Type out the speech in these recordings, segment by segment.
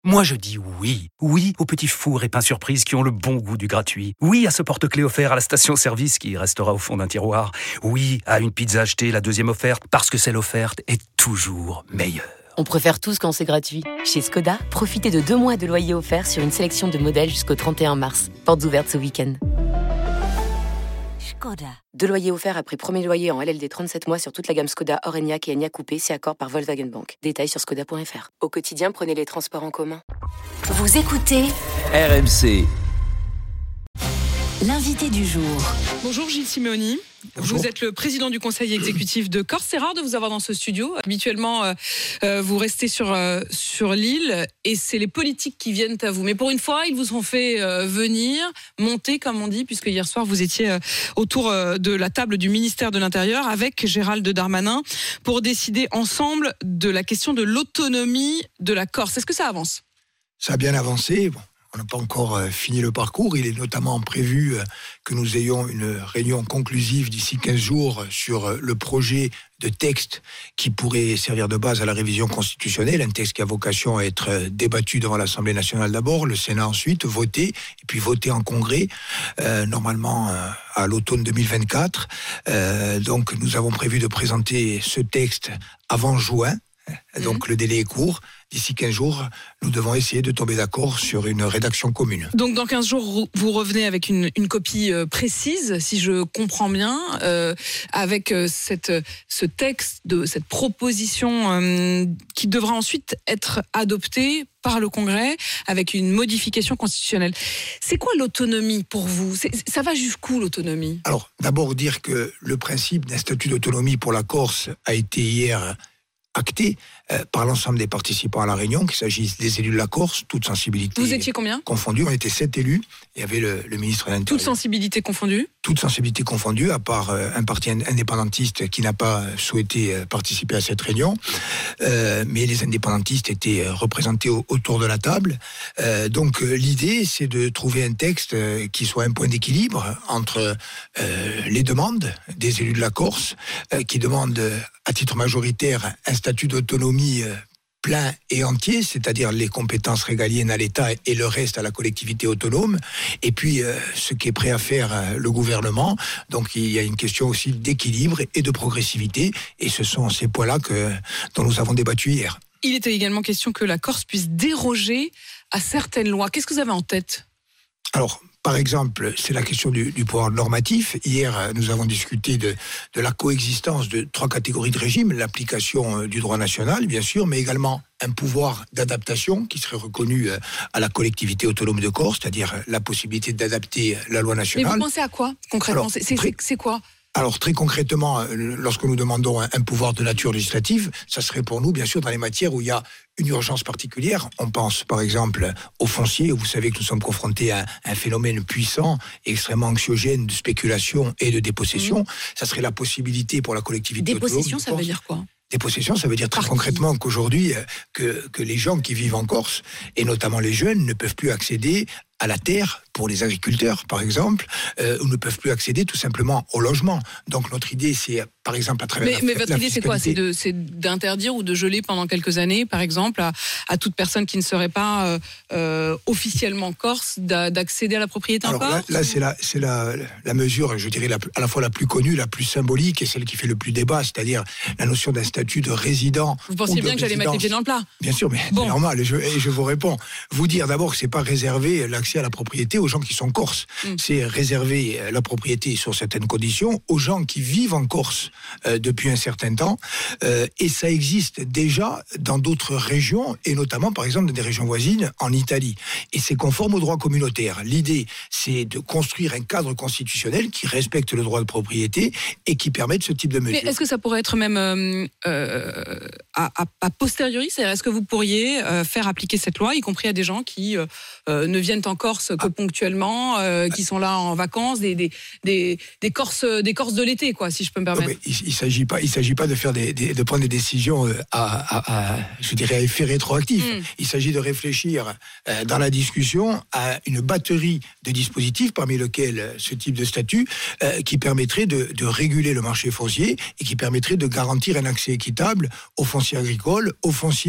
Moi je dis oui. Oui aux petits fours et pains surprises qui ont le bon goût du gratuit. Oui à ce porte-clés offert à la station-service qui restera au fond d'un tiroir. Oui à une pizza achetée, la deuxième offerte, parce que celle offerte est toujours meilleure. On préfère tous quand c'est gratuit. Chez Skoda, profitez de 2 mois de loyer offert sur une sélection de modèles jusqu'au 31 mars. Portes ouvertes ce week-end. Skoda. 2 loyers offerts après premier loyer en LLD 37 mois sur toute la gamme Skoda, Orenia et Enyaq Coupé, c'est accord par Volkswagen Bank. Détails sur skoda.fr. Au quotidien, prenez les transports en commun. Vous écoutez RMC. L'invité du jour. Bonjour Gilles Simeoni. Bonjour. Vous êtes le président du conseil exécutif de Corse. C'est rare de vous avoir dans ce studio. Habituellement, vous restez sur l'île et c'est les politiques qui viennent à vous. Mais pour une fois, ils vous ont fait venir, monter comme on dit, puisque hier soir, vous étiez autour de la table du ministère de l'Intérieur avec Gérald Darmanin pour décider ensemble de la question de l'autonomie de la Corse. Est-ce que ça avance ? Ça a bien avancé. Bon, on n'a pas encore fini le parcours. Il est notamment prévu que nous ayons une réunion conclusive d'ici 15 jours sur le projet de texte qui pourrait servir de base à la révision constitutionnelle, un texte qui a vocation à être débattu devant l'Assemblée nationale d'abord, le Sénat ensuite, voté, et puis voté en congrès, normalement à l'automne 2024. Donc nous avons prévu de présenter ce texte avant juin. Donc le délai est court. D'ici 15 jours, nous devons essayer de tomber d'accord sur une rédaction commune. Donc dans 15 jours, vous revenez avec une copie précise, si je comprends bien, avec ce texte, cette proposition qui devra ensuite être adoptée par le Congrès avec une modification constitutionnelle. C'est quoi l'autonomie pour vous ? Ça va jusqu'où l'autonomie ? Alors d'abord dire que le principe d'un statut d'autonomie pour la Corse a été hier acté par l'ensemble des participants à la réunion, qu'il s'agisse des élus de la Corse, toutes sensibilités. Vous étiez combien ? Confondues, on était 7 élus. Il y avait le ministre de l'Intérieur. Toutes sensibilités confondues ? Toutes sensibilités confondues, à part un parti indépendantiste qui n'a pas souhaité participer à cette réunion. Mais les indépendantistes étaient représentés autour de la table. Donc l'idée, c'est de trouver un texte qui soit un point d'équilibre entre les demandes des élus de la Corse, qui demandent à titre majoritaire un statut d'autonomie plein et entier, c'est-à-dire les compétences régaliennes à l'État et le reste à la collectivité autonome, et puis ce qu'est prêt à faire le gouvernement. Donc il y a une question aussi d'équilibre et de progressivité, et ce sont ces points-là dont nous avons débattu hier. Il était également question que la Corse puisse déroger à certaines lois. Qu'est-ce que vous avez en tête ? Alors, par exemple, c'est la question du pouvoir normatif. Hier, nous avons discuté de la coexistence de 3 catégories de régimes, l'application du droit national, bien sûr, mais également un pouvoir d'adaptation qui serait reconnu à la collectivité autonome de Corse, c'est-à-dire la possibilité d'adapter la loi nationale. Mais vous pensez à quoi, concrètement ? Alors, c'est quoi ? Alors très concrètement, lorsque nous demandons un pouvoir de nature législative, ça serait pour nous bien sûr dans les matières où il y a une urgence particulière. On pense par exemple au foncier, où vous savez que nous sommes confrontés à un phénomène puissant, extrêmement anxiogène de spéculation et de dépossession. Ça serait la possibilité pour la collectivité autonome. Dépossession, ça veut dire quoi ? Dépossession, ça veut dire très concrètement qu'aujourd'hui, que les gens qui vivent en Corse, et notamment les jeunes, ne peuvent plus accéder à la terre, pour les agriculteurs par exemple, ou ne peuvent plus accéder tout simplement au logement. Donc notre idée, c'est par exemple à travers mais votre idée, c'est quoi ? C'est d'interdire ou de geler pendant quelques années, par exemple, à toute personne qui ne serait pas officiellement corse, d'accéder à la propriété en Corse ? Là, c'est la mesure, je dirais, à la fois la plus connue, la plus symbolique, et celle qui fait le plus débat, c'est-à-dire la notion d'un statut de résident. Vous pensiez bien que j'allais mettre les pieds dans le plat ? Bien sûr, mais c'est normal, et je vous réponds. Vous dire d'abord que c'est pas réservé l'accès à la propriété aux gens qui sont corses. C'est réserver la propriété sur certaines conditions aux gens qui vivent en Corse depuis un certain temps, et ça existe déjà dans d'autres régions, et notamment par exemple dans des régions voisines en Italie, et c'est conforme au droit communautaire. L'idée, c'est de construire un cadre constitutionnel qui respecte le droit de propriété et qui permette ce type de mesures. Mais est-ce que ça pourrait être même à posteriori, c'est-à-dire est-ce que vous pourriez faire appliquer cette loi, y compris à des gens qui ne viennent en Corse que ponctuellement, qui sont là en vacances, des Corses de l'été, quoi, si je peux me permettre. Il s'agit pas de prendre des décisions je dirais à effet rétroactif. Il s'agit de réfléchir dans la discussion à une batterie de dispositifs, parmi lesquels ce type de statut qui permettrait de réguler le marché foncier et qui permettrait de garantir un accès équitable aux fonciers agricoles, aux fonciers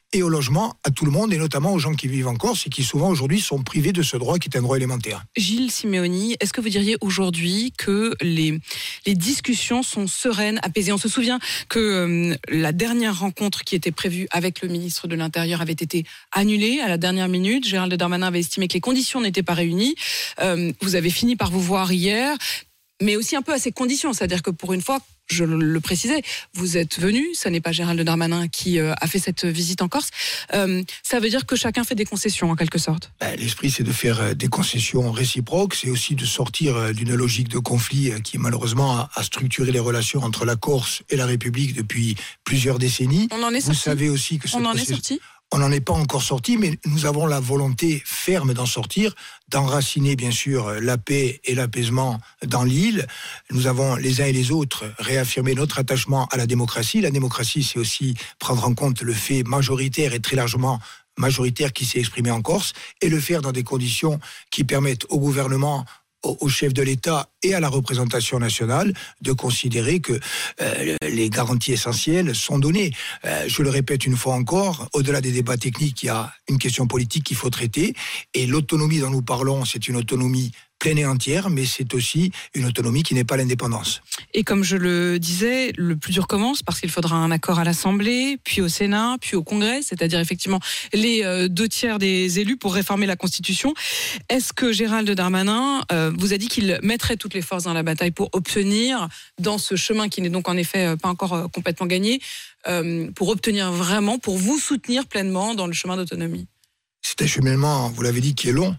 et au logement à tout le monde, et notamment aux gens qui vivent en Corse et qui souvent aujourd'hui sont privés de ce droit qui est un droit élémentaire. Gilles Simeoni, est-ce que vous diriez aujourd'hui que les discussions sont sereines, apaisées? On se souvient que la dernière rencontre qui était prévue avec le ministre de l'Intérieur avait été annulée à la dernière minute. Gérald Darmanin avait estimé que les conditions n'étaient pas réunies. Vous avez fini par vous voir hier, mais aussi un peu à ces conditions, c'est-à-dire que pour une fois, je le précisais, vous êtes venu, ça n'est pas Gérald Darmanin qui a fait cette visite en Corse. Ça veut dire que chacun fait des concessions en quelque sorte. L'esprit, c'est de faire des concessions réciproques, c'est aussi de sortir d'une logique de conflit qui malheureusement a structuré les relations entre la Corse et la République depuis plusieurs décennies. On en est sorti. Vous savez aussi que on en est sorti. On n'en est pas encore sorti, mais nous avons la volonté ferme d'en sortir, d'enraciner bien sûr la paix et l'apaisement dans l'île. Nous avons les uns et les autres réaffirmé notre attachement à la démocratie. La démocratie, c'est aussi prendre en compte le fait majoritaire et très largement majoritaire qui s'est exprimé en Corse, et le faire dans des conditions qui permettent au gouvernement, au chef de l'État et à la représentation nationale de considérer que les garanties essentielles sont données. Je le répète une fois encore, au-delà des débats techniques, il y a une question politique qu'il faut traiter, et l'autonomie dont nous parlons, c'est une autonomie pleine et entière, mais c'est aussi une autonomie qui n'est pas l'indépendance. Et comme je le disais, le plus dur commence parce qu'il faudra un accord à l'Assemblée, puis au Sénat, puis au Congrès, c'est-à-dire effectivement les 2/3 des élus pour réformer la Constitution. Est-ce que Gérald Darmanin vous a dit qu'il mettrait toutes les forces dans la bataille pour obtenir, dans ce chemin qui n'est donc en effet pas encore complètement gagné, pour obtenir vraiment, pour vous soutenir pleinement dans le chemin d'autonomie? C'est un cheminement, vous l'avez dit, qui est long,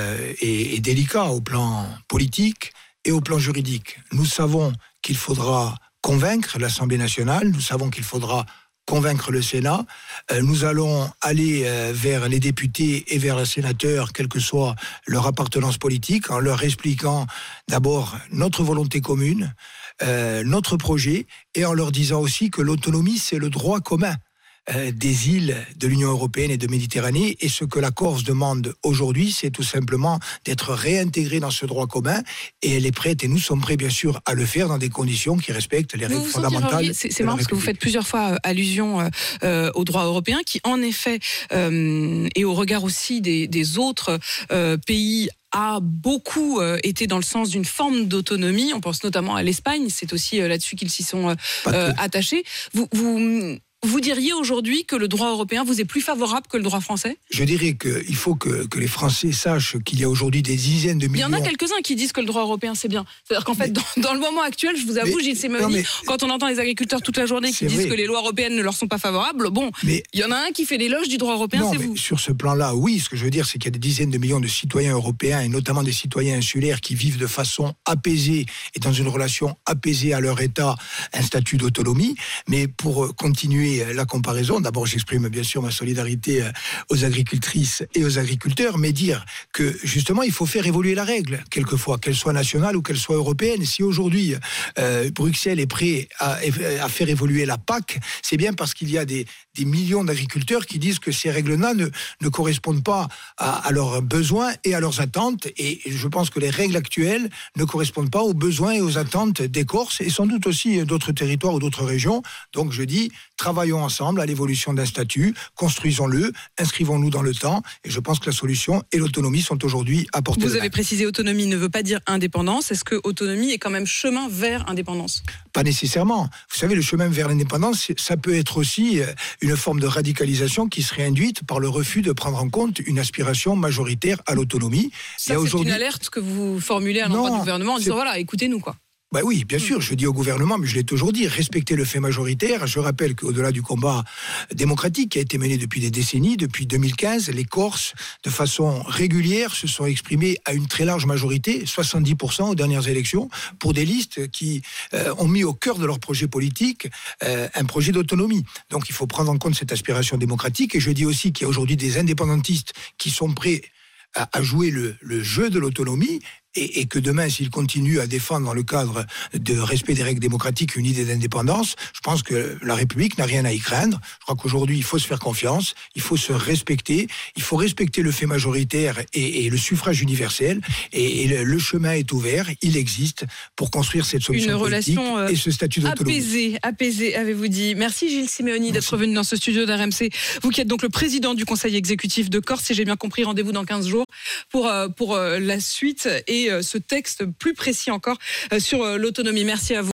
et délicat au plan politique et au plan juridique. Nous savons qu'il faudra convaincre l'Assemblée nationale, nous savons qu'il faudra convaincre le Sénat. Nous allons aller vers les députés et vers les sénateurs, quelle que soit leur appartenance politique, en leur expliquant d'abord notre volonté commune, notre projet, et en leur disant aussi que l'autonomie, c'est le droit commun des îles de l'Union européenne et de Méditerranée, et ce que la Corse demande aujourd'hui, c'est tout simplement d'être réintégrée dans ce droit commun, et elle est prête, et nous sommes prêts bien sûr à le faire dans des conditions qui respectent les règles fondamentales. C'est marrant parce que vous faites plusieurs fois allusion au droit européen qui en effet, et au regard aussi des autres pays, a beaucoup été dans le sens d'une forme d'autonomie. On pense notamment à l'Espagne, c'est aussi là-dessus qu'ils s'y sont attachés. Vous diriez aujourd'hui que le droit européen vous est plus favorable que le droit français? Je dirais qu'il faut que les Français sachent qu'il y a aujourd'hui des dizaines de millions... Il y en a quelques-uns qui disent que le droit européen c'est bien. C'est-à-dire qu'en fait, dans le moment actuel, je vous avoue, Gilles Simeoni, quand on entend les agriculteurs toute la journée qui disent que les lois européennes ne leur sont pas favorables, il y en a un qui fait l'éloge du droit européen, c'est vous. Sur ce plan-là, oui, ce que je veux dire, c'est qu'il y a des dizaines de millions de citoyens européens, et notamment des citoyens insulaires, qui vivent de façon apaisée et dans une relation apaisée à leur État, un statut d'autonomie. Mais pour continuer la comparaison, d'abord j'exprime bien sûr ma solidarité aux agricultrices et aux agriculteurs, mais dire que justement il faut faire évoluer la règle, quelquefois, qu'elle soit nationale ou qu'elle soit européenne. Si aujourd'hui Bruxelles est prêt à faire évoluer la PAC, c'est bien parce qu'il y a des millions d'agriculteurs qui disent que ces règles-là ne correspondent pas à leurs besoins et à leurs attentes, et je pense que les règles actuelles ne correspondent pas aux besoins et aux attentes des Corses, et sans doute aussi d'autres territoires ou d'autres régions. Donc je dis, travaillons ensemble à l'évolution d'un statut, construisons-le, inscrivons-nous dans le temps, et je pense que la solution et l'autonomie sont aujourd'hui à portée de main. Vous avez précisé, autonomie ne veut pas dire indépendance. Est-ce que autonomie est quand même chemin vers indépendance? Pas nécessairement. Vous savez, le chemin vers l'indépendance, ça peut être aussi une forme de radicalisation qui serait induite par le refus de prendre en compte une aspiration majoritaire à l'autonomie. Ça, c'est une alerte que vous formulez à l'endroit du gouvernement en disant, voilà, écoutez-nous, quoi. Oui, bien sûr, je dis au gouvernement, mais je l'ai toujours dit, respecter le fait majoritaire. Je rappelle qu'au-delà du combat démocratique qui a été mené depuis des décennies, depuis 2015, les Corses, de façon régulière, se sont exprimés à une très large majorité, 70% aux dernières élections, pour des listes qui ont mis au cœur de leur projet politique un projet d'autonomie. Donc il faut prendre en compte cette aspiration démocratique, et je dis aussi qu'il y a aujourd'hui des indépendantistes qui sont prêts à jouer le jeu de l'autonomie, et que demain, s'il continue à défendre dans le cadre de respect des règles démocratiques une idée d'indépendance, je pense que la République n'a rien à y craindre. Je crois qu'aujourd'hui, il faut se faire confiance, il faut se respecter, il faut respecter le fait majoritaire et le suffrage universel, et le chemin est ouvert, il existe pour construire cette solution politique et ce statut d'autonomie. Apaisé, avez-vous dit. Merci Gilles Simeoni d'être venu dans ce studio d'RMC. Vous qui êtes donc le président du conseil exécutif de Corse, si j'ai bien compris, rendez-vous dans 15 jours pour la suite et ce texte plus précis encore sur l'autonomie. Merci à vous.